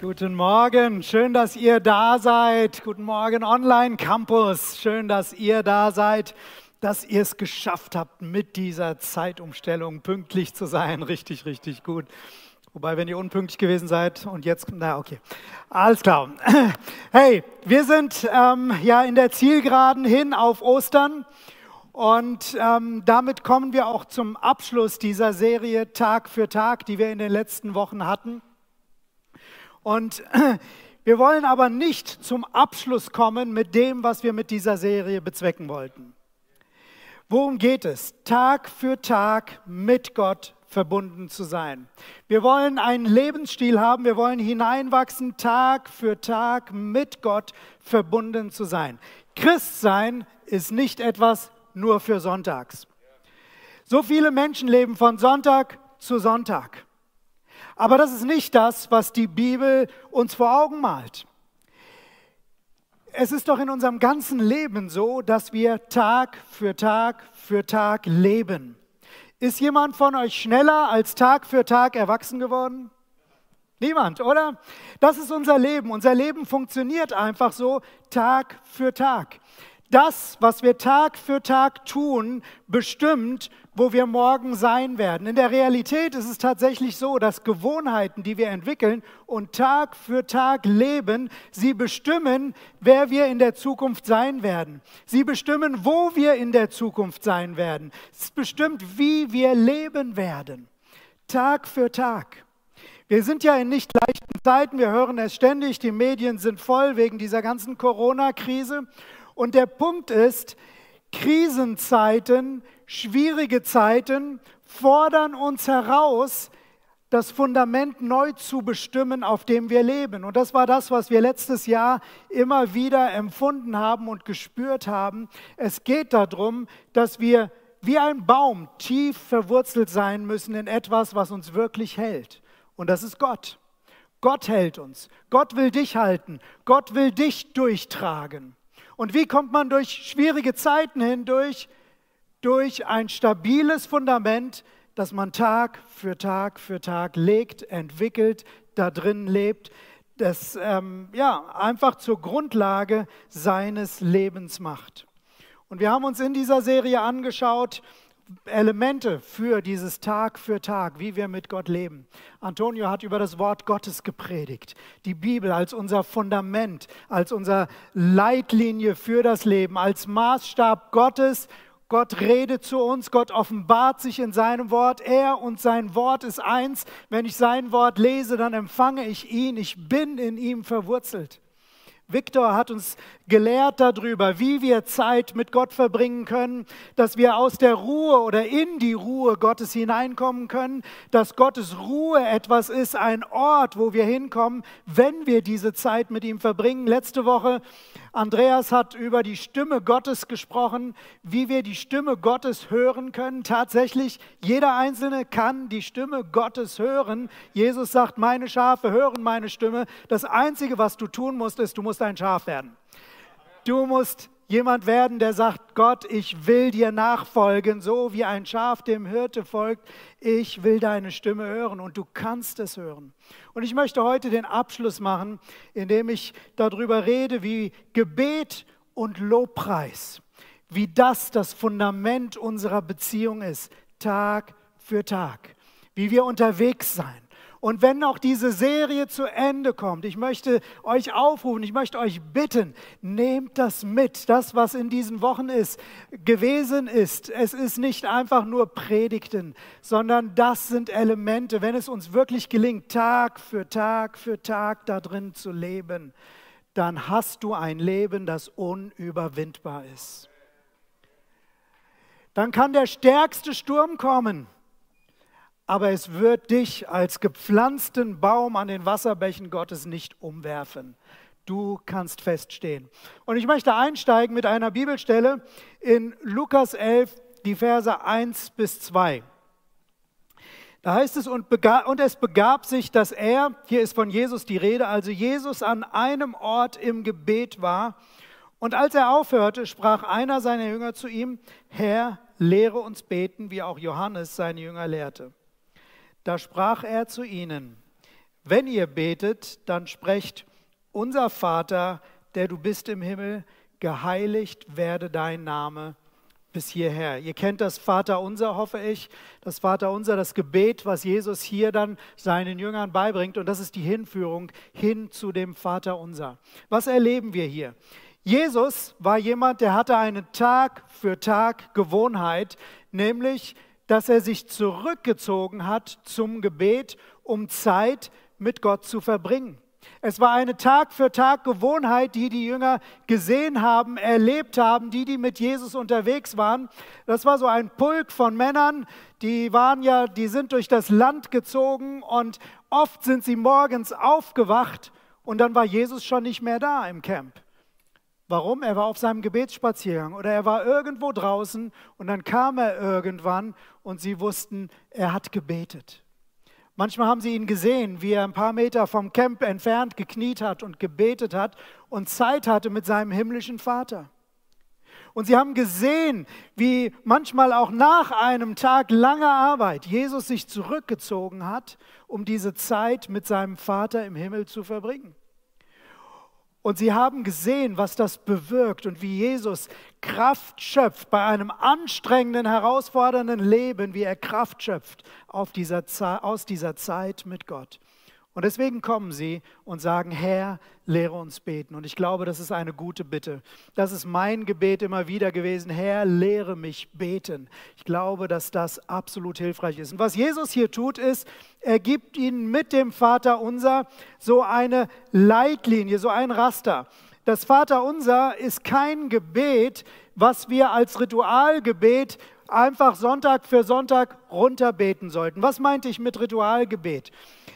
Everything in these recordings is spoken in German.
Guten Morgen, schön, dass ihr da seid. Guten Morgen, Online Campus. Schön, dass ihr da seid, dass ihr es geschafft habt, mit dieser Zeitumstellung pünktlich zu sein. Richtig, richtig gut. Wobei, wenn ihr unpünktlich gewesen seid und jetzt, na okay, alles klar. Hey, wir sind ja in der Zielgeraden hin auf Ostern. Und damit kommen wir auch zum Abschluss dieser Serie Tag für Tag, die wir in den letzten Wochen hatten. Und wir wollen aber nicht zum Abschluss kommen mit dem, was wir mit dieser Serie bezwecken wollten. Worum geht es? Tag für Tag mit Gott verbunden zu sein. Wir wollen einen Lebensstil haben, wir wollen hineinwachsen, Tag für Tag mit Gott verbunden zu sein. Christsein ist nicht etwas nur für sonntags. So viele Menschen leben von Sonntag zu Sonntag. Aber das ist nicht das, was die Bibel uns vor Augen malt. Es ist doch in unserem ganzen Leben so, dass wir Tag für Tag für Tag leben. Ist jemand von euch schneller als Tag für Tag erwachsen geworden? Niemand, oder? Das ist unser Leben. Unser Leben funktioniert einfach so Tag für Tag. Das, was wir Tag für Tag tun, bestimmt, wo wir morgen sein werden. In der Realität ist es tatsächlich so, dass Gewohnheiten, die wir entwickeln und Tag für Tag leben, sie bestimmen, wer wir in der Zukunft sein werden. Sie bestimmen, wo wir in der Zukunft sein werden. Es bestimmt, wie wir leben werden. Tag für Tag. Wir sind ja in nicht leichten Zeiten, wir hören es ständig, die Medien sind voll wegen dieser ganzen Corona-Krise. Und der Punkt ist, Krisenzeiten, schwierige Zeiten fordern uns heraus, das Fundament neu zu bestimmen, auf dem wir leben. Und das war das, was wir letztes Jahr immer wieder empfunden haben und gespürt haben. Es geht darum, dass wir wie ein Baum tief verwurzelt sein müssen in etwas, was uns wirklich hält. Und das ist Gott. Gott hält uns. Gott will dich halten. Gott will dich durchtragen. Und wie kommt man durch schwierige Zeiten hindurch? Durch ein stabiles Fundament, das man Tag für Tag für Tag legt, entwickelt, da drin lebt, das einfach zur Grundlage seines Lebens macht. Und wir haben uns in dieser Serie angeschaut, Elemente für dieses Tag für Tag, wie wir mit Gott leben. Antonio hat über das Wort Gottes gepredigt. Die Bibel als unser Fundament, als unsere Leitlinie für das Leben, als Maßstab Gottes. Gott redet zu uns, Gott offenbart sich in seinem Wort. Er und sein Wort ist eins. Wenn ich sein Wort lese, dann empfange ich ihn. Ich bin in ihm verwurzelt. Viktor hat uns gelehrt darüber, wie wir Zeit mit Gott verbringen können, dass wir aus der Ruhe oder in die Ruhe Gottes hineinkommen können, dass Gottes Ruhe etwas ist, ein Ort, wo wir hinkommen, wenn wir diese Zeit mit ihm verbringen. Letzte Woche, Andreas hat über die Stimme Gottes gesprochen, wie wir die Stimme Gottes hören können. Tatsächlich, jeder Einzelne kann die Stimme Gottes hören. Jesus sagt, meine Schafe hören meine Stimme. Das Einzige, was du tun musst, ist, du musst ein Schaf werden. Du musst jemand werden, der sagt, Gott, ich will dir nachfolgen, so wie ein Schaf dem Hirte folgt. Ich will deine Stimme hören und du kannst es hören. Und ich möchte heute den Abschluss machen, indem ich darüber rede, wie Gebet und Lobpreis, wie das Fundament unserer Beziehung ist, Tag für Tag, wie wir unterwegs sein. Und wenn auch diese Serie zu Ende kommt, ich möchte euch aufrufen, ich möchte euch bitten, nehmt das mit, das, was in diesen Wochen gewesen ist. Es ist nicht einfach nur Predigten, sondern das sind Elemente, wenn es uns wirklich gelingt, Tag für Tag für Tag da drin zu leben, dann hast du ein Leben, das unüberwindbar ist. Dann kann der stärkste Sturm kommen. Aber es wird dich als gepflanzten Baum an den Wasserbächen Gottes nicht umwerfen. Du kannst feststehen. Und ich möchte einsteigen mit einer Bibelstelle in Lukas 11, die Verse 1 bis 2. Da heißt es, und es begab sich, dass er, hier ist von Jesus die Rede, also Jesus an einem Ort im Gebet war. Und als er aufhörte, sprach einer seiner Jünger zu ihm, Herr, lehre uns beten, wie auch Johannes seine Jünger lehrte. Da sprach er zu ihnen, Wenn ihr betet, dann sprecht: Unser Vater, der du bist im Himmel, geheiligt werde dein Name bis hierher. Ihr kennt das Vaterunser, hoffe ich. Das Vaterunser, das Gebet, was Jesus hier dann seinen Jüngern beibringt. Und das ist die Hinführung hin zu dem Vaterunser. Was erleben wir hier? Jesus war jemand, der hatte eine Tag für Tag Gewohnheit, nämlich, dass er sich zurückgezogen hat zum Gebet, um Zeit mit Gott zu verbringen. Es war eine Tag für Tag Gewohnheit, die die Jünger gesehen haben, erlebt haben, die mit Jesus unterwegs waren. Das war so ein Pulk von Männern, die sind durch das Land gezogen und oft sind sie morgens aufgewacht und dann war Jesus schon nicht mehr da im Camp. Warum? Er war auf seinem Gebetsspaziergang oder er war irgendwo draußen und dann kam er irgendwann und sie wussten, er hat gebetet. Manchmal haben sie ihn gesehen, wie er ein paar Meter vom Camp entfernt gekniet hat und gebetet hat und Zeit hatte mit seinem himmlischen Vater. Und sie haben gesehen, wie manchmal auch nach einem Tag langer Arbeit Jesus sich zurückgezogen hat, um diese Zeit mit seinem Vater im Himmel zu verbringen. Und sie haben gesehen, was das bewirkt und wie Jesus Kraft schöpft bei einem anstrengenden, herausfordernden Leben, wie er Kraft schöpft aus dieser Zeit mit Gott. Und deswegen kommen sie und sagen: Herr, lehre uns beten. Und ich glaube, das ist eine gute Bitte. Das ist mein Gebet immer wieder gewesen: Herr, lehre mich beten. Ich glaube, dass das absolut hilfreich ist. Und was Jesus hier tut, ist, er gibt ihnen mit dem Vaterunser so eine Leitlinie, so ein Raster. Das Vaterunser ist kein Gebet, was wir als Ritualgebet einfach Sonntag für Sonntag runterbeten sollten. Was meinte ich mit Ritualgebet?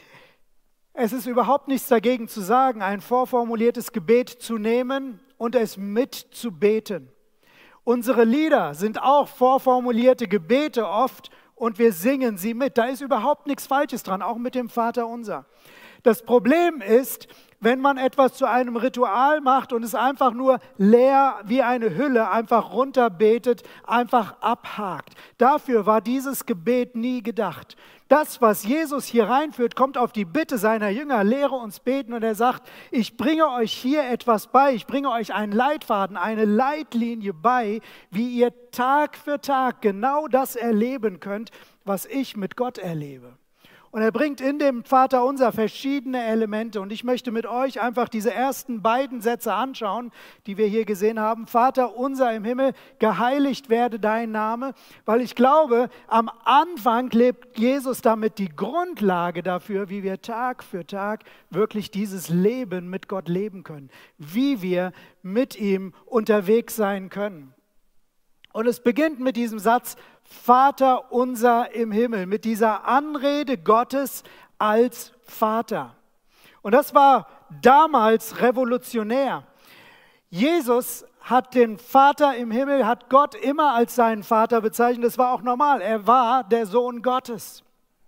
Es ist überhaupt nichts dagegen zu sagen, ein vorformuliertes Gebet zu nehmen und es mitzubeten. Unsere Lieder sind auch vorformulierte Gebete oft und wir singen sie mit. Da ist überhaupt nichts Falsches dran, auch mit dem Vaterunser. Das Problem ist, wenn man etwas zu einem Ritual macht und es einfach nur leer wie eine Hülle einfach runterbetet, einfach abhakt. Dafür war dieses Gebet nie gedacht. Das, was Jesus hier reinführt, kommt auf die Bitte seiner Jünger: lehre uns beten. Und er sagt: ich bringe euch hier etwas bei, ich bringe euch einen Leitfaden, eine Leitlinie bei, wie ihr Tag für Tag genau das erleben könnt, was ich mit Gott erlebe. Und er bringt in dem Vaterunser verschiedene Elemente. Und ich möchte mit euch einfach diese ersten beiden Sätze anschauen, die wir hier gesehen haben. Vater unser im Himmel, geheiligt werde dein Name. Weil ich glaube, am Anfang lebt Jesus damit die Grundlage dafür, wie wir Tag für Tag wirklich dieses Leben mit Gott leben können. Wie wir mit ihm unterwegs sein können. Und es beginnt mit diesem Satz: Vater unser im Himmel, mit dieser Anrede Gottes als Vater. Und das war damals revolutionär. Jesus hat den Vater im Himmel, hat Gott immer als seinen Vater bezeichnet. Das war auch normal. Er war der Sohn Gottes.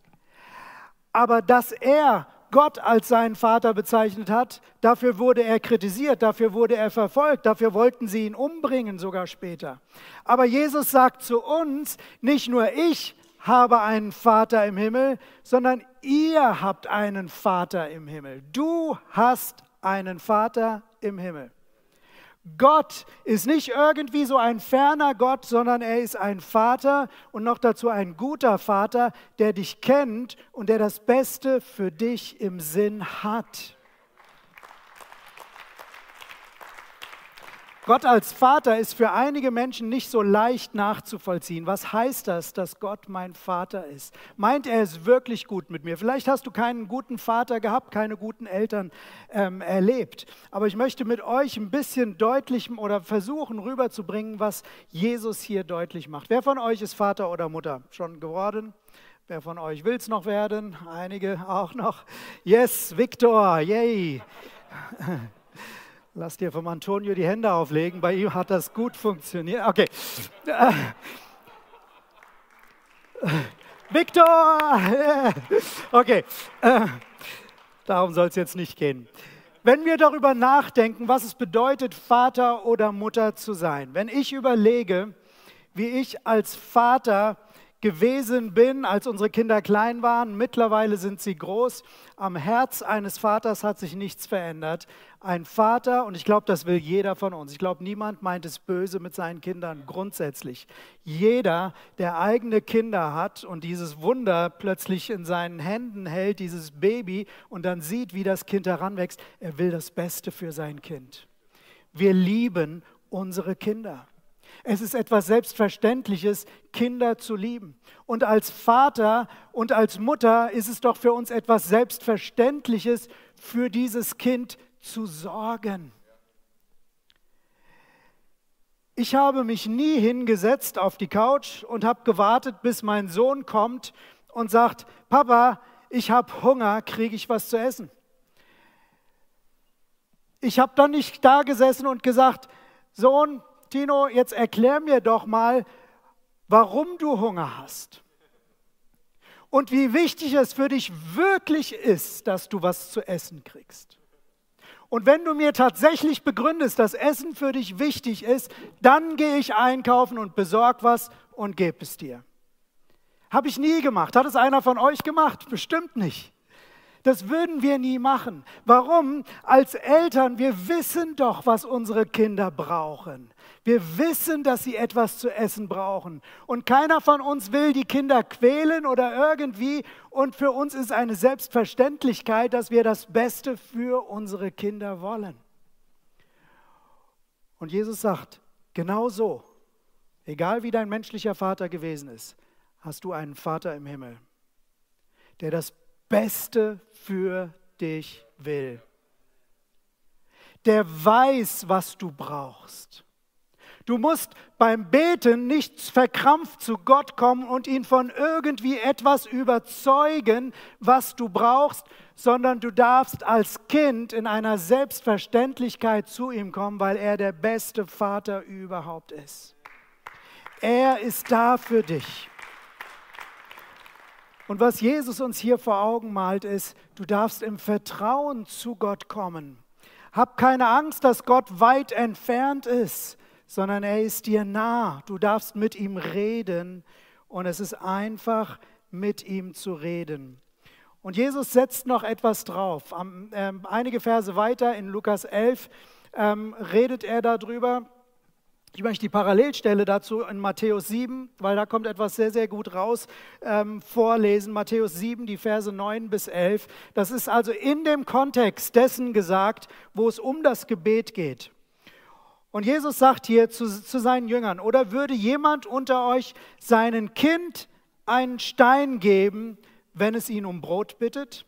Aber dass er Gott als seinen Vater bezeichnet hat, dafür wurde er kritisiert, dafür wurde er verfolgt, dafür wollten sie ihn umbringen sogar später. Aber Jesus sagt zu uns, nicht nur ich habe einen Vater im Himmel, sondern ihr habt einen Vater im Himmel. Du hast einen Vater im Himmel. Gott ist nicht irgendwie so ein ferner Gott, sondern er ist ein Vater und noch dazu ein guter Vater, der dich kennt und der das Beste für dich im Sinn hat. Gott als Vater ist für einige Menschen nicht so leicht nachzuvollziehen. Was heißt das, dass Gott mein Vater ist? Meint er es wirklich gut mit mir? Vielleicht hast du keinen guten Vater gehabt, keine guten Eltern erlebt. Aber ich möchte mit euch ein bisschen deutlich oder versuchen rüberzubringen, was Jesus hier deutlich macht. Wer von euch ist Vater oder Mutter schon geworden? Wer von euch will es noch werden? Einige auch noch. Yes, Victor, yay. Lass dir vom Antonio die Hände auflegen, bei ihm hat das gut funktioniert. Okay. Victor! Okay, darum soll es jetzt nicht gehen. Wenn wir darüber nachdenken, was es bedeutet, Vater oder Mutter zu sein, wenn ich überlege, wie ich als Vater gewesen bin, als unsere Kinder klein waren. Mittlerweile sind sie groß. Am Herz eines Vaters hat sich nichts verändert. Ein Vater, und ich glaube, das will jeder von uns. Ich glaube, niemand meint es böse mit seinen Kindern grundsätzlich. Jeder, der eigene Kinder hat und dieses Wunder plötzlich in seinen Händen hält, dieses Baby, und dann sieht, wie das Kind heranwächst, er will das Beste für sein Kind. Wir lieben unsere Kinder. Es ist etwas Selbstverständliches, Kinder zu lieben. Und als Vater und als Mutter ist es doch für uns etwas Selbstverständliches, für dieses Kind zu sorgen. Ich habe mich nie hingesetzt auf die Couch und habe gewartet, bis mein Sohn kommt und sagt, Papa, ich habe Hunger, kriege ich was zu essen? Ich habe dann nicht da gesessen und gesagt, Sohn, Tino, jetzt erklär mir doch mal, warum du Hunger hast und wie wichtig es für dich wirklich ist, dass du was zu essen kriegst. Und wenn du mir tatsächlich begründest, dass Essen für dich wichtig ist, dann gehe ich einkaufen und besorge was und gebe es dir. Habe ich nie gemacht. Hat es einer von euch gemacht? Bestimmt nicht. Das würden wir nie machen. Warum? Als Eltern, wir wissen doch, was unsere Kinder brauchen. Wir wissen, dass sie etwas zu essen brauchen. Und keiner von uns will die Kinder quälen oder irgendwie. Und für uns ist eine Selbstverständlichkeit, dass wir das Beste für unsere Kinder wollen. Und Jesus sagt, genau so, egal wie dein menschlicher Vater gewesen ist, hast du einen Vater im Himmel, der das Beste für dich will. Der weiß, was du brauchst. Du musst beim Beten nicht verkrampft zu Gott kommen und ihn von irgendwie etwas überzeugen, was du brauchst, sondern du darfst als Kind in einer Selbstverständlichkeit zu ihm kommen, weil er der beste Vater überhaupt ist. Er ist da für dich. Und was Jesus uns hier vor Augen malt, ist, du darfst im Vertrauen zu Gott kommen. Hab keine Angst, dass Gott weit entfernt ist, sondern er ist dir nah. Du darfst mit ihm reden und es ist einfach, mit ihm zu reden. Und Jesus setzt noch etwas drauf. Einige Verse weiter in Lukas 11 redet er darüber. Ich möchte die Parallelstelle dazu in Matthäus 7, weil da kommt etwas sehr, sehr gut raus, vorlesen. Matthäus 7, die Verse 9 bis 11. Das ist also in dem Kontext dessen gesagt, wo es um das Gebet geht. Und Jesus sagt hier zu seinen Jüngern, oder würde jemand unter euch seinem Kind einen Stein geben, wenn es ihn um Brot bittet?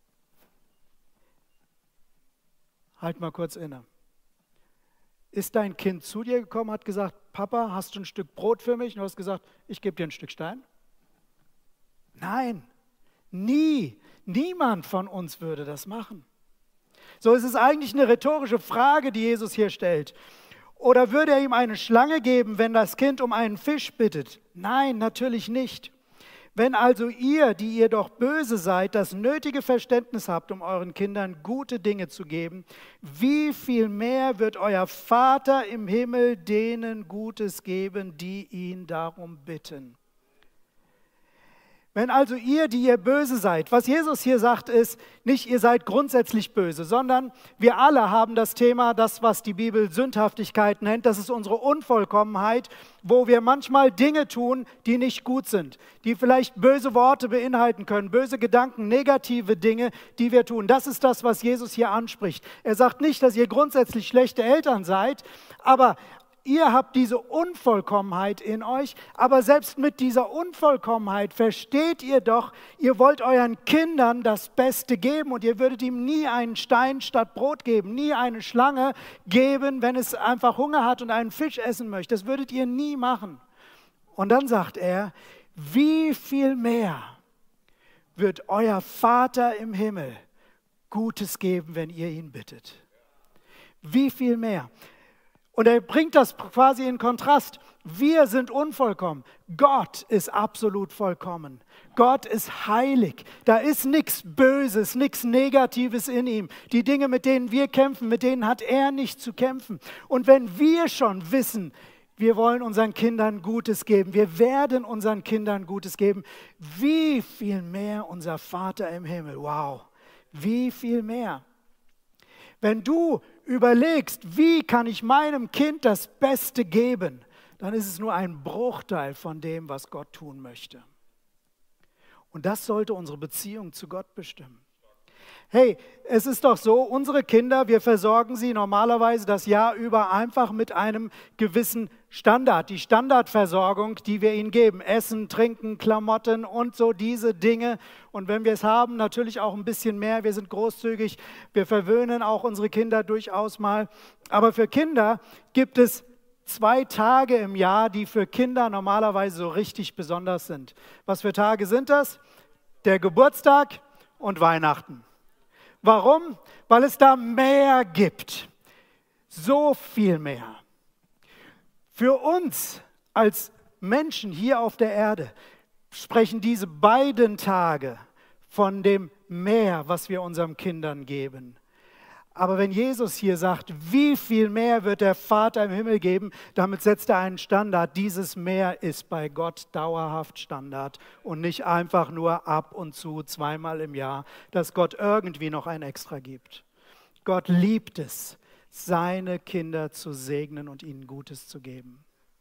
Halt mal kurz inne. Ist dein Kind zu dir gekommen, hat gesagt, Papa, hast du ein Stück Brot für mich? Und du hast gesagt, ich gebe dir ein Stück Stein? Nein, nie. Niemand von uns würde das machen. So, es ist eigentlich eine rhetorische Frage, die Jesus hier stellt. Oder würde er ihm eine Schlange geben, wenn das Kind um einen Fisch bittet? Nein, natürlich nicht. Wenn also ihr, die ihr doch böse seid, das nötige Verständnis habt, um euren Kindern gute Dinge zu geben, wie viel mehr wird euer Vater im Himmel denen Gutes geben, die ihn darum bitten? Wenn also ihr, die ihr böse seid, was Jesus hier sagt, ist nicht, ihr seid grundsätzlich böse, sondern wir alle haben das Thema, das, was die Bibel Sündhaftigkeit nennt, das ist unsere Unvollkommenheit, wo wir manchmal Dinge tun, die nicht gut sind, die vielleicht böse Worte beinhalten können, böse Gedanken, negative Dinge, die wir tun. Das ist das, was Jesus hier anspricht. Er sagt nicht, dass ihr grundsätzlich schlechte Eltern seid, aber ihr habt diese Unvollkommenheit in euch, aber selbst mit dieser Unvollkommenheit versteht ihr doch, ihr wollt euren Kindern das Beste geben und ihr würdet ihm nie einen Stein statt Brot geben, nie eine Schlange geben, wenn es einfach Hunger hat und einen Fisch essen möchte. Das würdet ihr nie machen. Und dann sagt er, wie viel mehr wird euer Vater im Himmel Gutes geben, wenn ihr ihn bittet? Wie viel mehr? Und er bringt das quasi in Kontrast. Wir sind unvollkommen. Gott ist absolut vollkommen. Gott ist heilig. Da ist nichts Böses, nichts Negatives in ihm. Die Dinge, mit denen wir kämpfen, mit denen hat er nicht zu kämpfen. Und wenn wir schon wissen, Wir wollen unseren Kindern Gutes geben. Wir werden unseren Kindern Gutes geben. Wie viel mehr unser Vater im Himmel. Wow, wie viel mehr. Wenn du überlegst, wie kann ich meinem Kind das Beste geben, dann ist es nur ein Bruchteil von dem, was Gott tun möchte. Und das sollte unsere Beziehung zu Gott bestimmen. Hey, es ist doch so, unsere Kinder, wir versorgen sie normalerweise das Jahr über einfach mit einem gewissen Standard. Die Standardversorgung, die wir ihnen geben. Essen, Trinken, Klamotten und so diese Dinge. Und wenn wir es haben, natürlich auch ein bisschen mehr. Wir sind großzügig, wir verwöhnen auch unsere Kinder durchaus mal. Aber für Kinder gibt es 2 Tage im Jahr, die für Kinder normalerweise so richtig besonders sind. Was für Tage sind das? Der Geburtstag und Weihnachten. Warum? Weil es da mehr gibt. So viel mehr. Für uns als Menschen hier auf der Erde sprechen diese beiden Tage von dem Mehr, was wir unseren Kindern geben. Aber wenn Jesus hier sagt, wie viel mehr wird der Vater im Himmel geben, damit setzt er einen Standard. Dieses Mehr ist bei Gott dauerhaft Standard und nicht einfach nur ab und zu 2-mal im Jahr, dass Gott irgendwie noch ein Extra gibt. Gott liebt es, seine Kinder zu segnen und ihnen Gutes zu geben.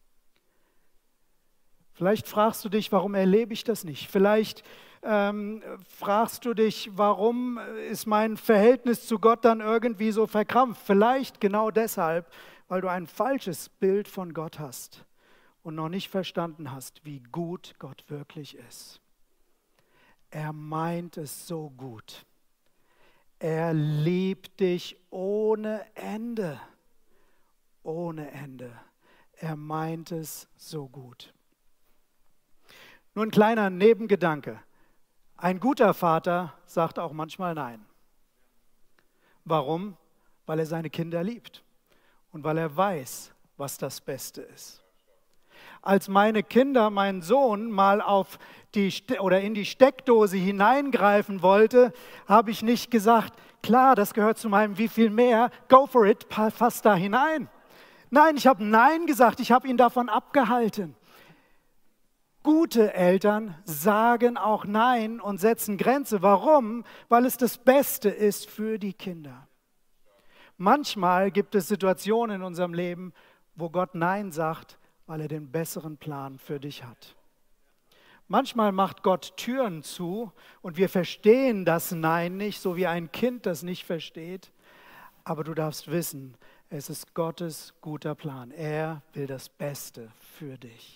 Vielleicht fragst du dich, warum erlebe ich das nicht? Vielleicht fragst du dich, warum ist mein Verhältnis zu Gott dann irgendwie so verkrampft? Vielleicht genau deshalb, weil du ein falsches Bild von Gott hast und noch nicht verstanden hast, wie gut Gott wirklich ist. Er meint es so gut. Er liebt dich ohne Ende. Ohne Ende. Er meint es so gut. Nur ein kleiner Nebengedanke. Ein guter Vater sagt auch manchmal Nein. Warum? Weil er seine Kinder liebt und weil er weiß, was das Beste ist. Als meine Kinder, mein Sohn, mal in die Steckdose hineingreifen wollte, habe ich nicht gesagt, klar, das gehört zu meinem wie viel mehr, go for it, fass da hinein. Nein, ich habe Nein gesagt, ich habe ihn davon abgehalten. Gute Eltern sagen auch Nein und setzen Grenze. Warum? Weil es das Beste ist für die Kinder. Manchmal gibt es Situationen in unserem Leben, wo Gott Nein sagt, weil er den besseren Plan für dich hat. Manchmal macht Gott Türen zu und wir verstehen das Nein nicht, so wie ein Kind das nicht versteht. Aber du darfst wissen, es ist Gottes guter Plan. Er will das Beste für dich.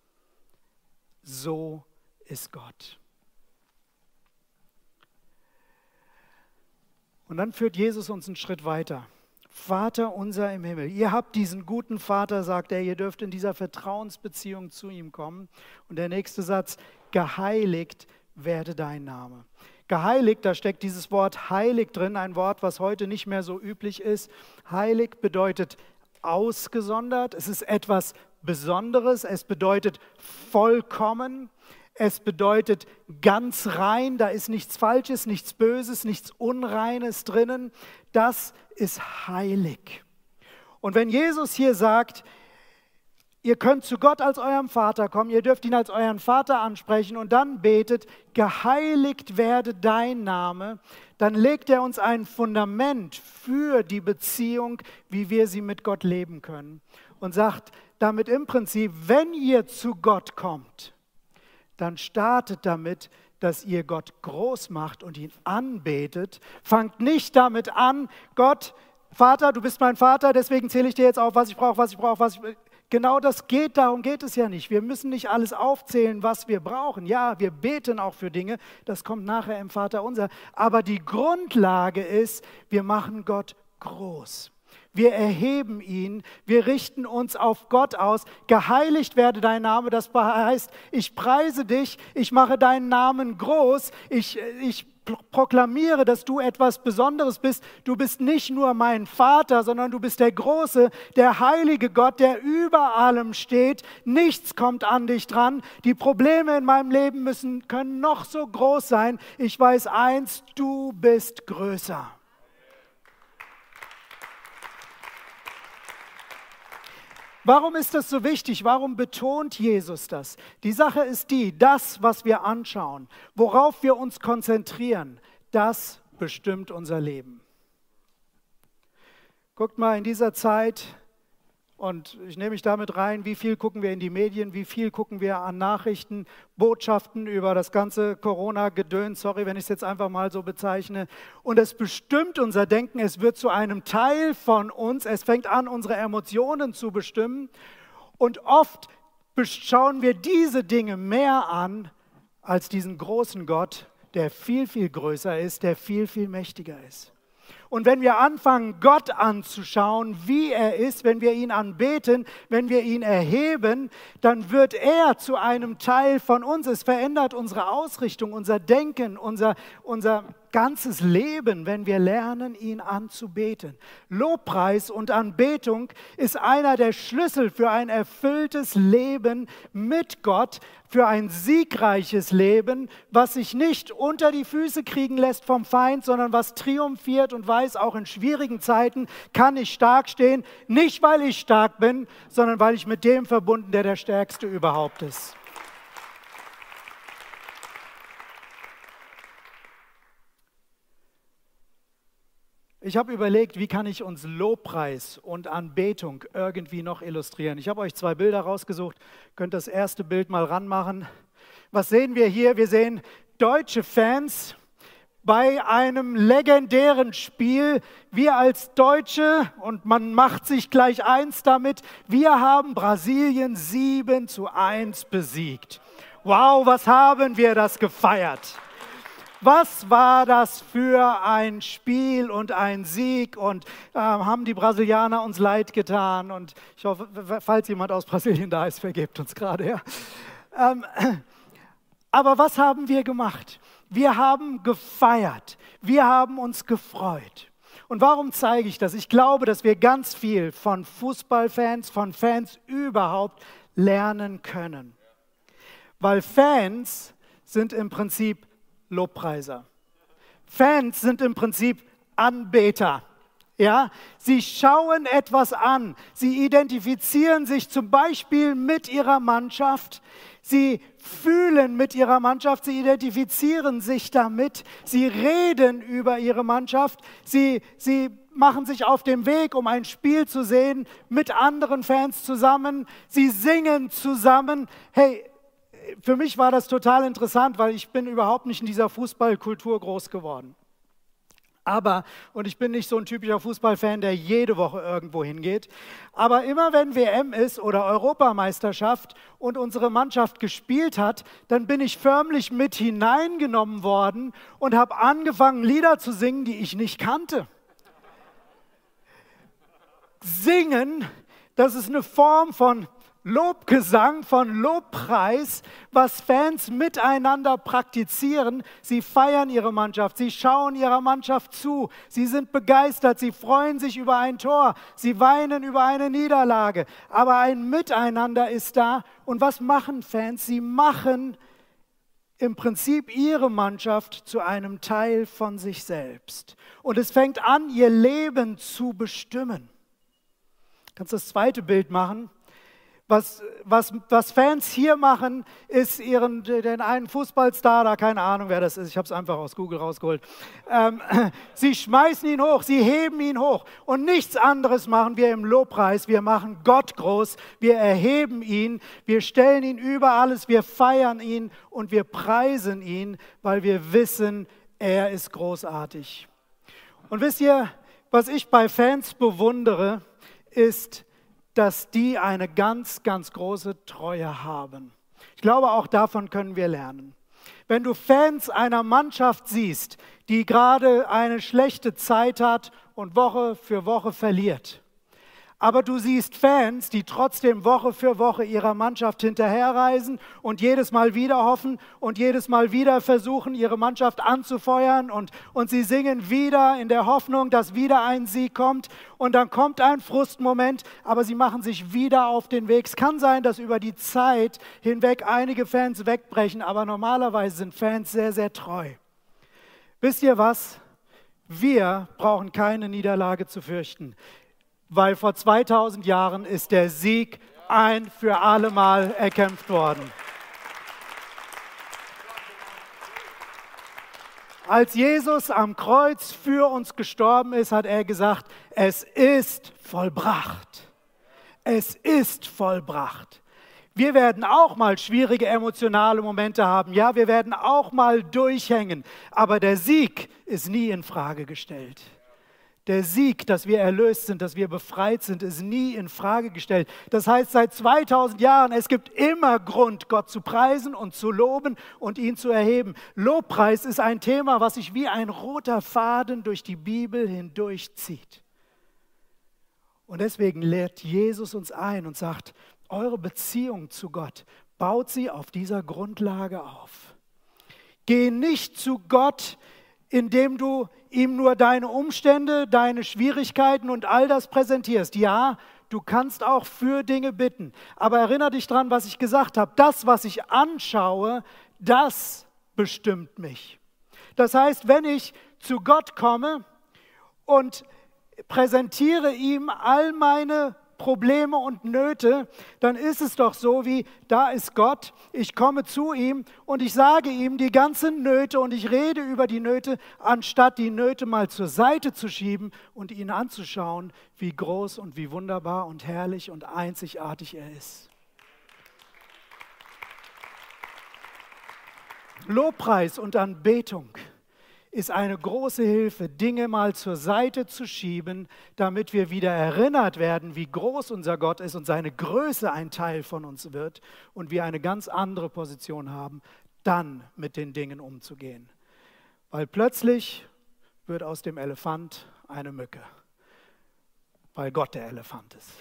So ist Gott. Und dann führt Jesus uns einen Schritt weiter. Vater unser im Himmel. Ihr habt diesen guten Vater, sagt er, ihr dürft in dieser Vertrauensbeziehung zu ihm kommen. Und der nächste Satz, geheiligt werde dein Name. Geheiligt, da steckt dieses Wort heilig drin, ein Wort, was heute nicht mehr so üblich ist. Heilig bedeutet ausgesondert, es ist etwas Besonderes, es bedeutet vollkommen, es bedeutet ganz rein, da ist nichts Falsches, nichts Böses, nichts Unreines drinnen, das ist heilig. Und wenn Jesus hier sagt, ihr könnt zu Gott als eurem Vater kommen, ihr dürft ihn als euren Vater ansprechen und dann betet, geheiligt werde dein Name, dann legt er uns ein Fundament für die Beziehung, wie wir sie mit Gott leben können. Und sagt damit im Prinzip, wenn ihr zu Gott kommt, dann startet damit, dass ihr Gott groß macht und ihn anbetet. Fangt nicht damit an, Gott, Vater, du bist mein Vater, deswegen zähle ich dir jetzt auf, was ich brauche. Genau darum geht es ja nicht. Wir müssen nicht alles aufzählen, was wir brauchen. Ja, wir beten auch für Dinge, das kommt nachher im Vaterunser. Aber die Grundlage ist, wir machen Gott groß. Wir erheben ihn, wir richten uns auf Gott aus. Geheiligt werde dein Name, das heißt, ich preise dich, ich mache deinen Namen groß, ich proklamiere, dass du etwas Besonderes bist. Du bist nicht nur mein Vater, sondern du bist der große, der heilige Gott, der über allem steht. Nichts kommt an dich dran. Die Probleme in meinem Leben können noch so groß sein. Ich weiß eins, du bist größer. Warum ist das so wichtig? Warum betont Jesus das? Die Sache ist die, das, was wir anschauen, worauf wir uns konzentrieren, das bestimmt unser Leben. Guckt mal in dieser Zeit, und ich nehme mich damit rein, wie viel gucken wir in die Medien, wie viel gucken wir an Nachrichten, Botschaften über das ganze Corona-Gedöns, sorry, wenn ich es jetzt einfach mal so bezeichne. Und es bestimmt unser Denken, es wird zu einem Teil von uns, es fängt an, unsere Emotionen zu bestimmen. Und oft schauen wir diese Dinge mehr an als diesen großen Gott, der viel, viel größer ist, der viel, viel mächtiger ist. Und wenn wir anfangen, Gott anzuschauen, wie er ist, wenn wir ihn anbeten, wenn wir ihn erheben, dann wird er zu einem Teil von uns. Es verändert unsere Ausrichtung, unser Denken, unser ganzes Leben, wenn wir lernen, ihn anzubeten. Lobpreis und Anbetung ist einer der Schlüssel für ein erfülltes Leben mit Gott, für ein siegreiches Leben, was sich nicht unter die Füße kriegen lässt vom Feind, sondern was triumphiert und weiß, auch in schwierigen Zeiten kann ich stark stehen, nicht weil ich stark bin, sondern weil ich mit dem verbunden, der Stärkste überhaupt ist. Ich habe überlegt, wie kann ich uns Lobpreis und Anbetung irgendwie noch illustrieren. Ich habe euch 2 Bilder rausgesucht, könnt das erste Bild mal ranmachen. Was sehen wir hier? Wir sehen deutsche Fans bei einem legendären Spiel. Wir als Deutsche, und man macht sich gleich eins damit, wir haben Brasilien 7:1 besiegt. Wow, was haben wir das gefeiert! Was war das für ein Spiel und ein Sieg und haben die Brasilianer uns leid getan? Und ich hoffe, falls jemand aus Brasilien da ist, vergebt uns gerade. Ja. Aber was haben wir gemacht? Wir haben gefeiert, wir haben uns gefreut. Und warum zeige ich das? Ich glaube, dass wir ganz viel von Fußballfans, von Fans überhaupt lernen können. Weil Fans sind im Prinzip Lobpreiser. Fans sind im Prinzip Anbeter. Ja? Sie schauen etwas an. Sie identifizieren sich zum Beispiel mit ihrer Mannschaft. Sie fühlen mit ihrer Mannschaft. Sie identifizieren sich damit. Sie reden über ihre Mannschaft. Sie machen sich auf den Weg, um ein Spiel zu sehen, mit anderen Fans zusammen. Sie singen zusammen. Hey, für mich war das total interessant, weil ich bin überhaupt nicht in dieser Fußballkultur groß geworden. Und ich bin nicht so ein typischer Fußballfan, der jede Woche irgendwo hingeht, aber immer wenn WM ist oder Europameisterschaft und unsere Mannschaft gespielt hat, dann bin ich förmlich mit hineingenommen worden und habe angefangen, Lieder zu singen, die ich nicht kannte. Singen, das ist eine Form von Lobgesang, von Lobpreis, was Fans miteinander praktizieren. Sie feiern ihre Mannschaft, sie schauen ihrer Mannschaft zu, sie sind begeistert, sie freuen sich über ein Tor, sie weinen über eine Niederlage. Aber ein Miteinander ist da. Und was machen Fans? Sie machen im Prinzip ihre Mannschaft zu einem Teil von sich selbst. Und es fängt an, ihr Leben zu bestimmen. Kannst du das zweite Bild machen? Was Fans hier machen, ist den einen Fußballstar, da keine Ahnung, wer das ist, ich habe es einfach aus Google rausgeholt, sie schmeißen ihn hoch, sie heben ihn hoch und nichts anderes machen wir im Lobpreis. Wir machen Gott groß, wir erheben ihn, wir stellen ihn über alles, wir feiern ihn und wir preisen ihn, weil wir wissen, er ist großartig. Und wisst ihr, was ich bei Fans bewundere, ist, dass die eine ganz, ganz große Treue haben. Ich glaube, auch davon können wir lernen. Wenn du Fans einer Mannschaft siehst, die gerade eine schlechte Zeit hat und Woche für Woche verliert, aber du siehst Fans, die trotzdem Woche für Woche ihrer Mannschaft hinterherreisen und jedes Mal wieder hoffen und jedes Mal wieder versuchen, ihre Mannschaft anzufeuern und sie singen wieder in der Hoffnung, dass wieder ein Sieg kommt und dann kommt ein Frustmoment, aber sie machen sich wieder auf den Weg. Es kann sein, dass über die Zeit hinweg einige Fans wegbrechen, aber normalerweise sind Fans sehr, sehr treu. Wisst ihr was? Wir brauchen keine Niederlage zu fürchten. weil vor 2000 Jahren ist der Sieg ein für alle Mal erkämpft worden. Als Jesus am Kreuz für uns gestorben ist, hat er gesagt, es ist vollbracht. Es ist vollbracht. Wir werden auch mal schwierige emotionale Momente haben. Ja, wir werden auch mal durchhängen. Aber der Sieg ist nie in Frage gestellt. Der Sieg, dass wir erlöst sind, dass wir befreit sind, ist nie in Frage gestellt. Das heißt, seit 2000 Jahren, es gibt immer Grund, Gott zu preisen und zu loben und ihn zu erheben. Lobpreis ist ein Thema, was sich wie ein roter Faden durch die Bibel hindurchzieht. Und deswegen lädt Jesus uns ein und sagt, eure Beziehung zu Gott, baut sie auf dieser Grundlage auf. Geh nicht zu Gott, indem du ihm nur deine Umstände, deine Schwierigkeiten und all das präsentierst. Ja, du kannst auch für Dinge bitten. Aber erinnere dich dran, was ich gesagt habe. Das, was ich anschaue, das bestimmt mich. Das heißt, wenn ich zu Gott komme und präsentiere ihm all meine Probleme und Nöte, dann ist es doch so wie, da ist Gott, ich komme zu ihm und ich sage ihm die ganzen Nöte und ich rede über die Nöte, anstatt die Nöte mal zur Seite zu schieben und ihn anzuschauen, wie groß und wie wunderbar und herrlich und einzigartig er ist. Lobpreis und Anbetung ist eine große Hilfe, Dinge mal zur Seite zu schieben, damit wir wieder erinnert werden, wie groß unser Gott ist und seine Größe ein Teil von uns wird und wir eine ganz andere Position haben, dann mit den Dingen umzugehen. Weil plötzlich wird aus dem Elefant eine Mücke, weil Gott der Elefant ist.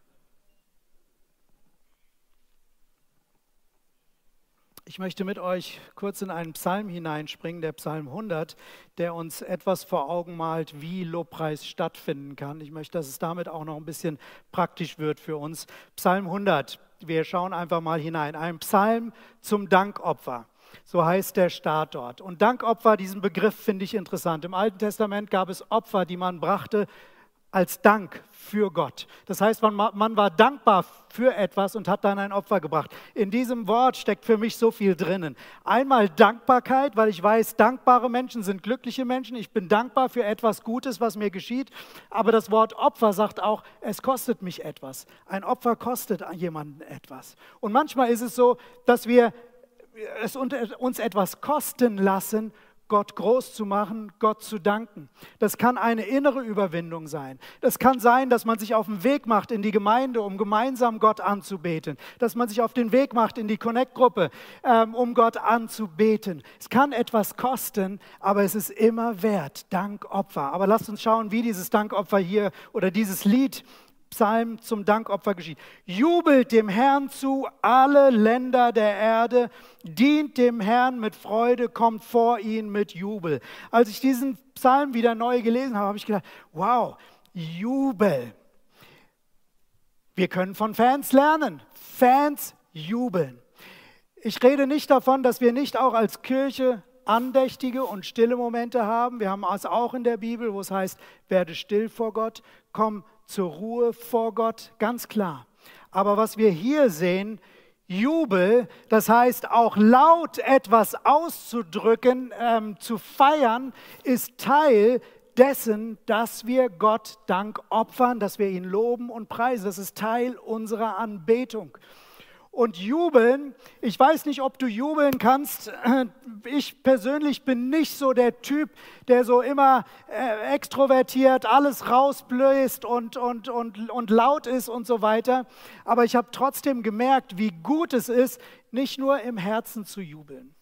Ich möchte mit euch kurz in einen Psalm hineinspringen, der Psalm 100, der uns etwas vor Augen malt, wie Lobpreis stattfinden kann. Ich möchte, dass es damit auch noch ein bisschen praktisch wird für uns. Psalm 100, wir schauen einfach mal hinein. Ein Psalm zum Dankopfer, so heißt der Start dort. Und Dankopfer, diesen Begriff finde ich interessant. Im Alten Testament gab es Opfer, die man brachte als Dank für Gott. Das heißt, man war dankbar für etwas und hat dann ein Opfer gebracht. In diesem Wort steckt für mich so viel drinnen. Einmal Dankbarkeit, weil ich weiß, dankbare Menschen sind glückliche Menschen. Ich bin dankbar für etwas Gutes, was mir geschieht. Aber das Wort Opfer sagt auch, es kostet mich etwas. Ein Opfer kostet jemanden etwas. Und manchmal ist es so, dass wir es uns etwas kosten lassen, Gott groß zu machen, Gott zu danken. Das kann eine innere Überwindung sein. Das kann sein, dass man sich auf den Weg macht in die Gemeinde, um gemeinsam Gott anzubeten. Dass man sich auf den Weg macht in die Connect-Gruppe, um Gott anzubeten. Es kann etwas kosten, aber es ist immer wert. Dankopfer. Aber lasst uns schauen, wie dieses Dankopfer hier oder dieses Lied Psalm zum Dankopfer geschieht. Jubelt dem Herrn zu, alle Länder der Erde, dient dem Herrn mit Freude, kommt vor ihn mit Jubel. Als ich diesen Psalm wieder neu gelesen habe, habe ich gedacht, wow, Jubel. Wir können von Fans lernen. Fans jubeln. Ich rede nicht davon, dass wir nicht auch als Kirche andächtige und stille Momente haben. Wir haben es auch in der Bibel, wo es heißt, werde still vor Gott, komm zur Ruhe vor Gott, ganz klar. Aber was wir hier sehen, Jubel, das heißt auch laut etwas auszudrücken, zu feiern, ist Teil dessen, dass wir Gott Dank opfern, dass wir ihn loben und preisen. Das ist Teil unserer Anbetung. Und jubeln, ich weiß nicht, ob du jubeln kannst. Ich persönlich bin nicht so der Typ, der so immer extrovertiert alles rausbläst und laut ist und so weiter. Aber ich habe trotzdem gemerkt, wie gut es ist, nicht nur im Herzen zu jubeln.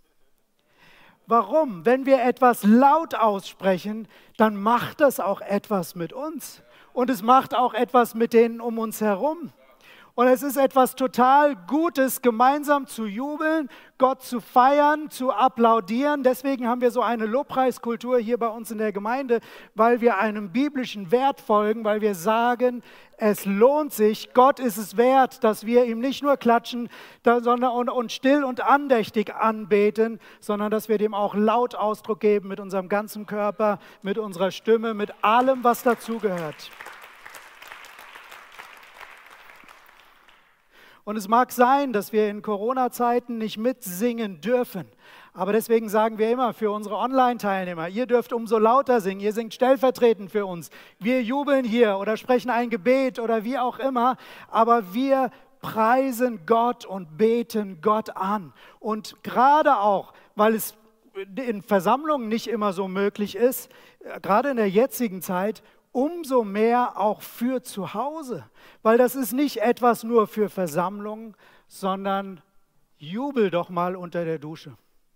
Warum? Wenn wir etwas laut aussprechen, dann macht das auch etwas mit uns. Und es macht auch etwas mit denen um uns herum. Und es ist etwas total Gutes, gemeinsam zu jubeln, Gott zu feiern, zu applaudieren. Deswegen haben wir so eine Lobpreiskultur hier bei uns in der Gemeinde, weil wir einem biblischen Wert folgen, weil wir sagen, es lohnt sich, Gott ist es wert, dass wir ihm nicht nur klatschen sondern und still und andächtig anbeten, sondern dass wir dem auch laut Ausdruck geben mit unserem ganzen Körper, mit unserer Stimme, mit allem, was dazugehört. Und es mag sein, dass wir in Corona-Zeiten nicht mitsingen dürfen. Aber deswegen sagen wir immer für unsere Online-Teilnehmer, ihr dürft umso lauter singen, ihr singt stellvertretend für uns. Wir jubeln hier oder sprechen ein Gebet oder wie auch immer, aber wir preisen Gott und beten Gott an. Und gerade auch, weil es in Versammlungen nicht immer so möglich ist, gerade in der jetzigen Zeit, umso mehr auch für zu Hause. Weil das ist nicht etwas nur für Versammlungen, sondern jubel doch mal unter der Dusche.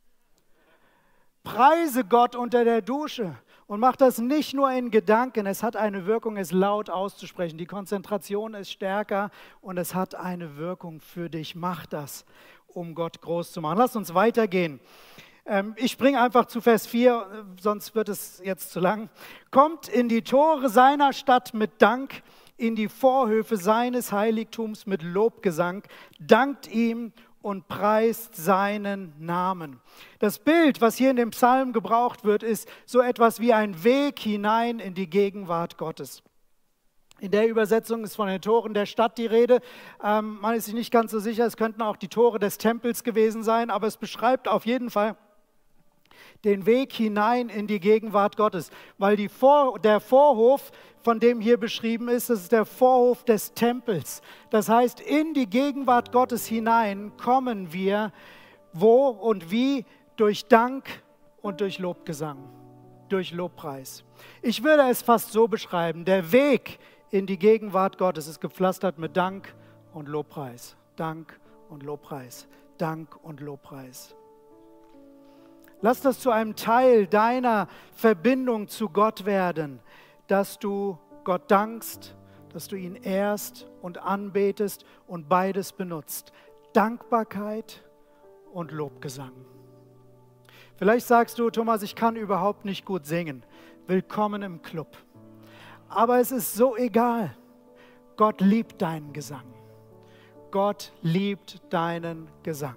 Preise Gott unter der Dusche und mach das nicht nur in Gedanken. Es hat eine Wirkung, es laut auszusprechen. Die Konzentration ist stärker und es hat eine Wirkung für dich. Mach das, um Gott groß zu machen. Lass uns weitergehen. Ich springe einfach zu Vers 4, sonst wird es jetzt zu lang. Kommt in die Tore seiner Stadt mit Dank, in die Vorhöfe seines Heiligtums mit Lobgesang. Dankt ihm und preist seinen Namen. Das Bild, was hier in dem Psalm gebraucht wird, ist so etwas wie ein Weg hinein in die Gegenwart Gottes. In der Übersetzung ist von den Toren der Stadt die Rede. Man ist sich nicht ganz so sicher, es könnten auch die Tore des Tempels gewesen sein, aber es beschreibt auf jeden Fall den Weg hinein in die Gegenwart Gottes. Weil der Vorhof, von dem hier beschrieben ist, das ist der Vorhof des Tempels. Das heißt, in die Gegenwart Gottes hinein kommen wir, wo und wie? Durch Dank und durch Lobgesang, durch Lobpreis. Ich würde es fast so beschreiben, der Weg in die Gegenwart Gottes ist gepflastert mit Dank und Lobpreis. Dank und Lobpreis. Dank und Lobpreis. Lass das zu einem Teil deiner Verbindung zu Gott werden, dass du Gott dankst, dass du ihn ehrst und anbetest und beides benutzt. Dankbarkeit und Lobgesang. Vielleicht sagst du, Thomas, ich kann überhaupt nicht gut singen. Willkommen im Club. Aber es ist so egal. Gott liebt deinen Gesang. Gott liebt deinen Gesang.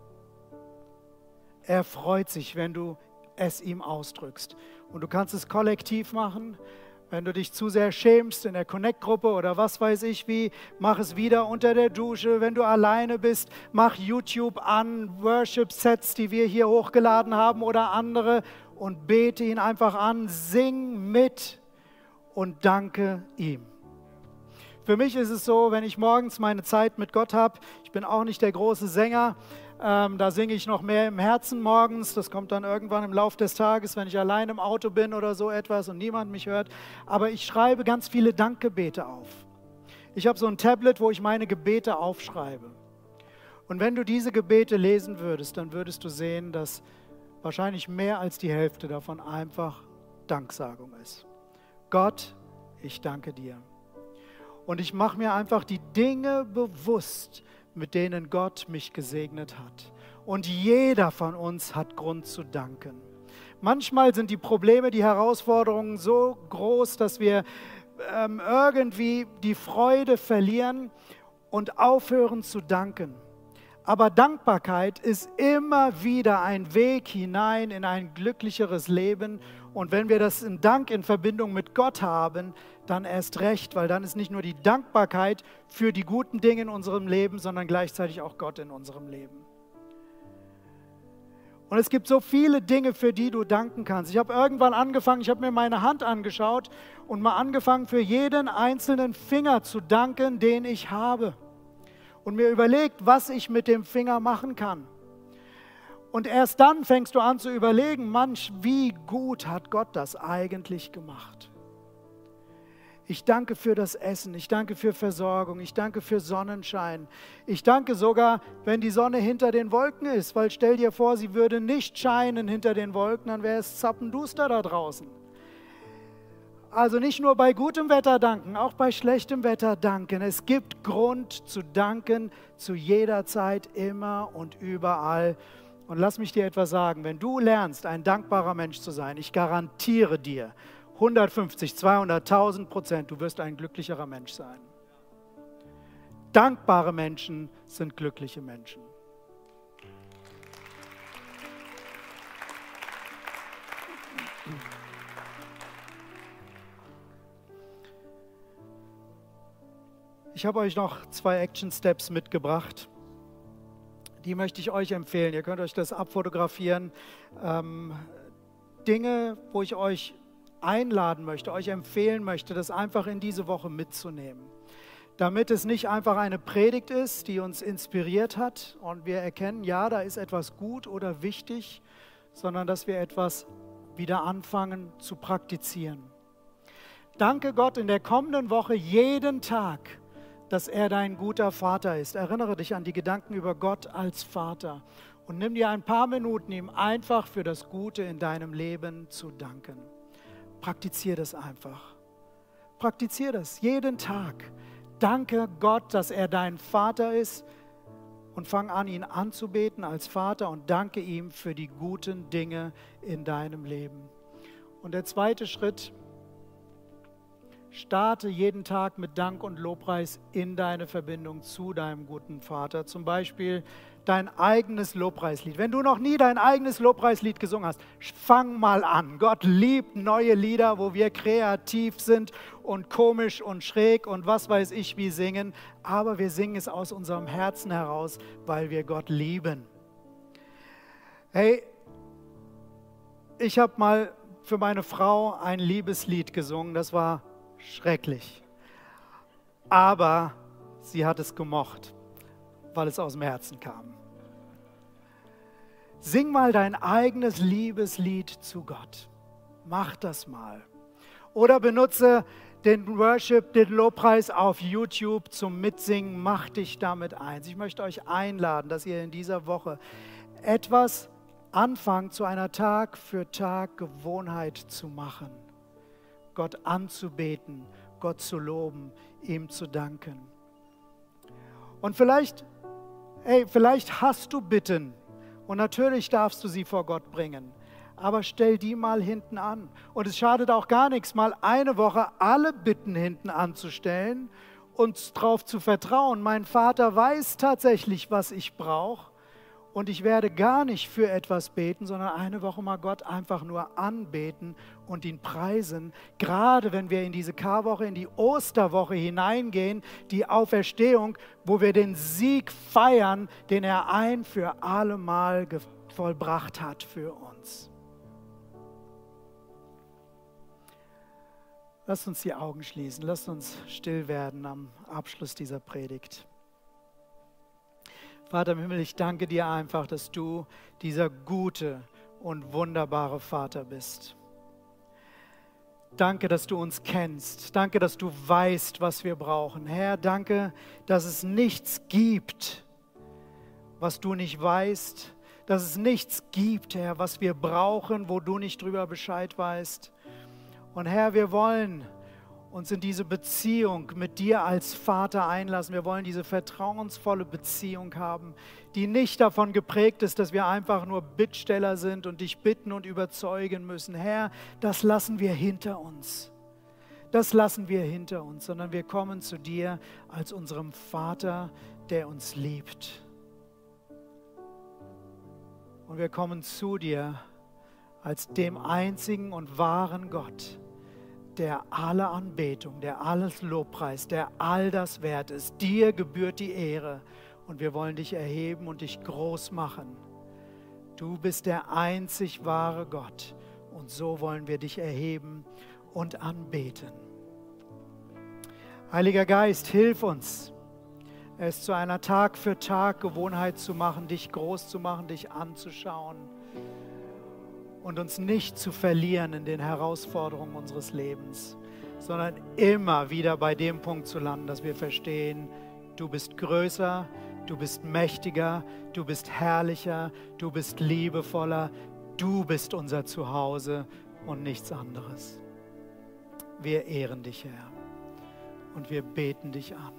Er freut sich, wenn du es ihm ausdrückst. Und du kannst es kollektiv machen. Wenn du dich zu sehr schämst in der Connect-Gruppe oder was weiß ich wie, mach es wieder unter der Dusche. Wenn du alleine bist, mach YouTube an, Worship-Sets, die wir hier hochgeladen haben oder andere und bete ihn einfach an, sing mit und danke ihm. Für mich ist es so, wenn ich morgens meine Zeit mit Gott habe, ich bin auch nicht der große Sänger, da singe ich noch mehr im Herzen morgens. Das kommt dann irgendwann im Laufe des Tages, wenn ich allein im Auto bin oder so etwas und niemand mich hört. Aber ich schreibe ganz viele Dankgebete auf. Ich habe so ein Tablet, wo ich meine Gebete aufschreibe. Und wenn du diese Gebete lesen würdest, dann würdest du sehen, dass wahrscheinlich mehr als die Hälfte davon einfach Danksagung ist. Gott, ich danke dir. Und ich mache mir einfach die Dinge bewusst, mit denen Gott mich gesegnet hat. Und jeder von uns hat Grund zu danken. Manchmal sind die Probleme, die Herausforderungen so groß, dass wir irgendwie die Freude verlieren und aufhören zu danken. Aber Dankbarkeit ist immer wieder ein Weg hinein in ein glücklicheres Leben. Und wenn wir das in Dank in Verbindung mit Gott haben, dann erst recht, weil dann ist nicht nur die Dankbarkeit für die guten Dinge in unserem Leben, sondern gleichzeitig auch Gott in unserem Leben. Und es gibt so viele Dinge, für die du danken kannst. Ich habe irgendwann angefangen, ich habe mir meine Hand angeschaut und mal angefangen, für jeden einzelnen Finger zu danken, den ich habe. Und mir überlegt, was ich mit dem Finger machen kann. Und erst dann fängst du an zu überlegen, Mensch, wie gut hat Gott das eigentlich gemacht? Ich danke für das Essen, ich danke für Versorgung, ich danke für Sonnenschein. Ich danke sogar, wenn die Sonne hinter den Wolken ist, weil stell dir vor, sie würde nicht scheinen hinter den Wolken, dann wäre es zappenduster da draußen. Also nicht nur bei gutem Wetter danken, auch bei schlechtem Wetter danken. Es gibt Grund zu danken, zu jeder Zeit, immer und überall. Und lass mich dir etwas sagen, wenn du lernst, ein dankbarer Mensch zu sein, ich garantiere dir, 150, 200.000%, du wirst ein glücklicherer Mensch sein. Dankbare Menschen sind glückliche Menschen. Ich habe euch noch 2 Action Steps mitgebracht. Die möchte ich euch empfehlen. Ihr könnt euch das abfotografieren. Dinge, wo ich euch einladen möchte, euch empfehlen möchte, das einfach in diese Woche mitzunehmen. Damit es nicht einfach eine Predigt ist, die uns inspiriert hat und wir erkennen, ja, da ist etwas gut oder wichtig, sondern dass wir etwas wieder anfangen zu praktizieren. Danke Gott in der kommenden Woche jeden Tag, dass er dein guter Vater ist. Erinnere dich an die Gedanken über Gott als Vater und nimm dir ein paar Minuten, ihm einfach für das Gute in deinem Leben zu danken. Praktiziere das einfach. Praktiziere das jeden Tag. Danke Gott, dass er dein Vater ist und fang an, ihn anzubeten als Vater und danke ihm für die guten Dinge in deinem Leben. Und der zweite Schritt: Starte jeden Tag mit Dank und Lobpreis in deine Verbindung zu deinem guten Vater. Zum Beispiel dein eigenes Lobpreislied. Wenn du noch nie dein eigenes Lobpreislied gesungen hast, fang mal an. Gott liebt neue Lieder, wo wir kreativ sind und komisch und schräg und was weiß ich wie singen. Aber wir singen es aus unserem Herzen heraus, weil wir Gott lieben. Hey, ich habe mal für meine Frau ein Liebeslied gesungen. Das war schrecklich. Aber sie hat es gemocht, weil es aus dem Herzen kam. Sing mal dein eigenes Liebeslied zu Gott. Mach das mal. Oder benutze den Worship, den Lobpreis auf YouTube zum Mitsingen. Mach dich damit eins. Ich möchte euch einladen, dass ihr in dieser Woche etwas anfangt, zu einer Tag für Tag Gewohnheit zu machen. Gott anzubeten, Gott zu loben, ihm zu danken. Und vielleicht hast du Bitten und natürlich darfst du sie vor Gott bringen, aber stell die mal hinten an. Und es schadet auch gar nichts, mal eine Woche alle Bitten hinten anzustellen und darauf zu vertrauen. Mein Vater weiß tatsächlich, was ich brauche. Und ich werde gar nicht für etwas beten, sondern eine Woche mal Gott einfach nur anbeten und ihn preisen. Gerade wenn wir in diese Karwoche, in die Osterwoche hineingehen, die Auferstehung, wo wir den Sieg feiern, den er ein für alle Mal vollbracht hat für uns. Lasst uns die Augen schließen, lasst uns still werden am Abschluss dieser Predigt. Vater im Himmel, ich danke dir einfach, dass du dieser gute und wunderbare Vater bist. Danke, dass du uns kennst. Danke, dass du weißt, was wir brauchen. Herr, danke, dass es nichts gibt, was du nicht weißt. Dass es nichts gibt, Herr, was wir brauchen, wo du nicht drüber Bescheid weißt. Und Herr, wir wollen uns in diese Beziehung mit dir als Vater einlassen. Wir wollen diese vertrauensvolle Beziehung haben, die nicht davon geprägt ist, dass wir einfach nur Bittsteller sind und dich bitten und überzeugen müssen. Herr, das lassen wir hinter uns. Das lassen wir hinter uns, sondern wir kommen zu dir als unserem Vater, der uns liebt. Und wir kommen zu dir als dem einzigen und wahren Gott, der alle Anbetung, der alles Lobpreis, der all das wert ist. Dir gebührt die Ehre und wir wollen dich erheben und dich groß machen. Du bist der einzig wahre Gott und so wollen wir dich erheben und anbeten. Heiliger Geist, hilf uns, es zu einer Tag für Tag Gewohnheit zu machen, dich groß zu machen, dich anzuschauen. Und uns nicht zu verlieren in den Herausforderungen unseres Lebens, sondern immer wieder bei dem Punkt zu landen, dass wir verstehen, du bist größer, du bist mächtiger, du bist herrlicher, du bist liebevoller, du bist unser Zuhause und nichts anderes. Wir ehren dich, Herr, und wir beten dich an.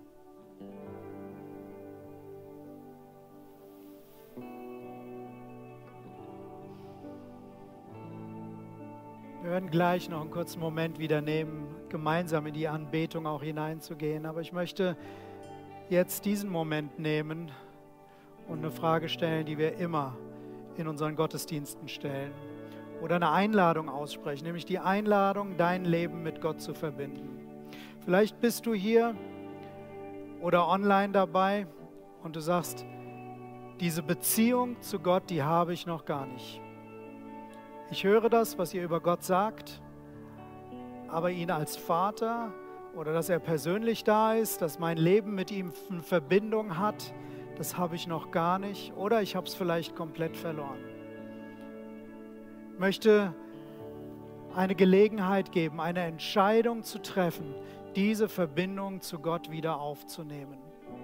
Wir werden gleich noch einen kurzen Moment wieder nehmen, gemeinsam in die Anbetung auch hineinzugehen. Aber ich möchte jetzt diesen Moment nehmen und eine Frage stellen, die wir immer in unseren Gottesdiensten stellen. Oder eine Einladung aussprechen, nämlich die Einladung, dein Leben mit Gott zu verbinden. Vielleicht bist du hier oder online dabei und du sagst, diese Beziehung zu Gott, die habe ich noch gar nicht. Ich höre das, was ihr über Gott sagt, aber ihn als Vater oder dass er persönlich da ist, dass mein Leben mit ihm eine Verbindung hat, das habe ich noch gar nicht oder ich habe es vielleicht komplett verloren. Ich möchte eine Gelegenheit geben, eine Entscheidung zu treffen, diese Verbindung zu Gott wieder aufzunehmen.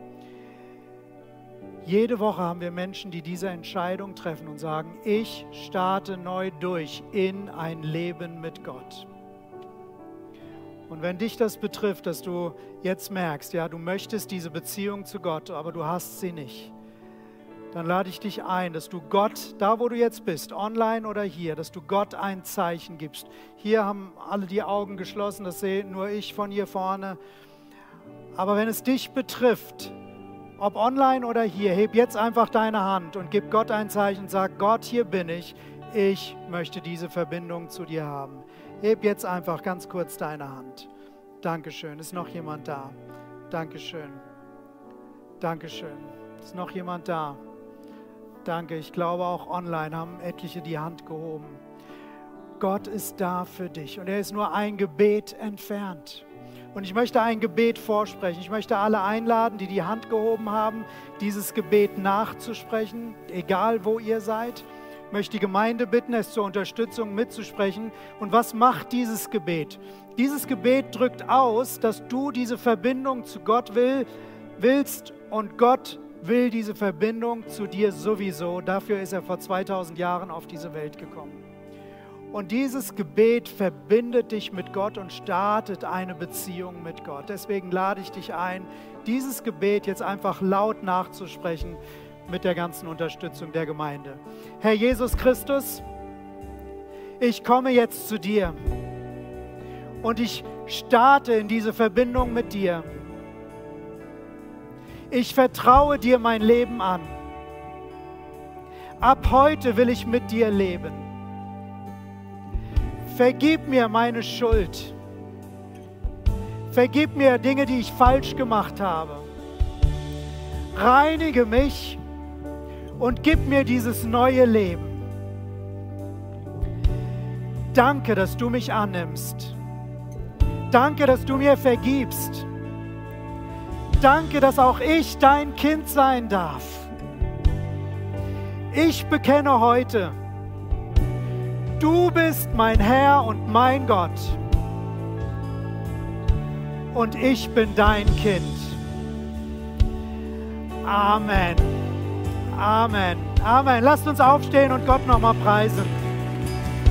Jede Woche haben wir Menschen, die diese Entscheidung treffen und sagen, ich starte neu durch in ein Leben mit Gott. Und wenn dich das betrifft, dass du jetzt merkst, ja, du möchtest diese Beziehung zu Gott, aber du hast sie nicht, dann lade ich dich ein, dass du Gott, da wo du jetzt bist, online oder hier, dass du Gott ein Zeichen gibst. Hier haben alle die Augen geschlossen, das sehe nur ich von hier vorne. Aber wenn es dich betrifft, ob online oder hier, heb jetzt einfach deine Hand und gib Gott ein Zeichen und sag, Gott, hier bin ich möchte diese Verbindung zu dir haben. Heb jetzt einfach ganz kurz deine Hand. Dankeschön. Ist noch jemand da? Dankeschön. Dankeschön. Ist noch jemand da? Danke. Ich glaube, auch online haben etliche die Hand gehoben. Gott ist da für dich und er ist nur ein Gebet entfernt. Und ich möchte ein Gebet vorsprechen. Ich möchte alle einladen, die die Hand gehoben haben, dieses Gebet nachzusprechen, egal wo ihr seid. Ich möchte die Gemeinde bitten, es zur Unterstützung mitzusprechen. Und was macht dieses Gebet? Dieses Gebet drückt aus, dass du diese Verbindung zu Gott willst und Gott will diese Verbindung zu dir sowieso. Dafür ist er vor 2000 Jahren auf diese Welt gekommen. Und dieses Gebet verbindet dich mit Gott und startet eine Beziehung mit Gott. Deswegen lade ich dich ein, dieses Gebet jetzt einfach laut nachzusprechen mit der ganzen Unterstützung der Gemeinde. Herr Jesus Christus, ich komme jetzt zu dir und ich starte in diese Verbindung mit dir. Ich vertraue dir mein Leben an. Ab heute will ich mit dir leben. Vergib mir meine Schuld. Vergib mir Dinge, die ich falsch gemacht habe. Reinige mich und gib mir dieses neue Leben. Danke, dass du mich annimmst. Danke, dass du mir vergibst. Danke, dass auch ich dein Kind sein darf. Ich bekenne heute, du bist mein Herr und mein Gott. Und ich bin dein Kind. Amen. Amen. Amen. Lasst uns aufstehen und Gott nochmal preisen.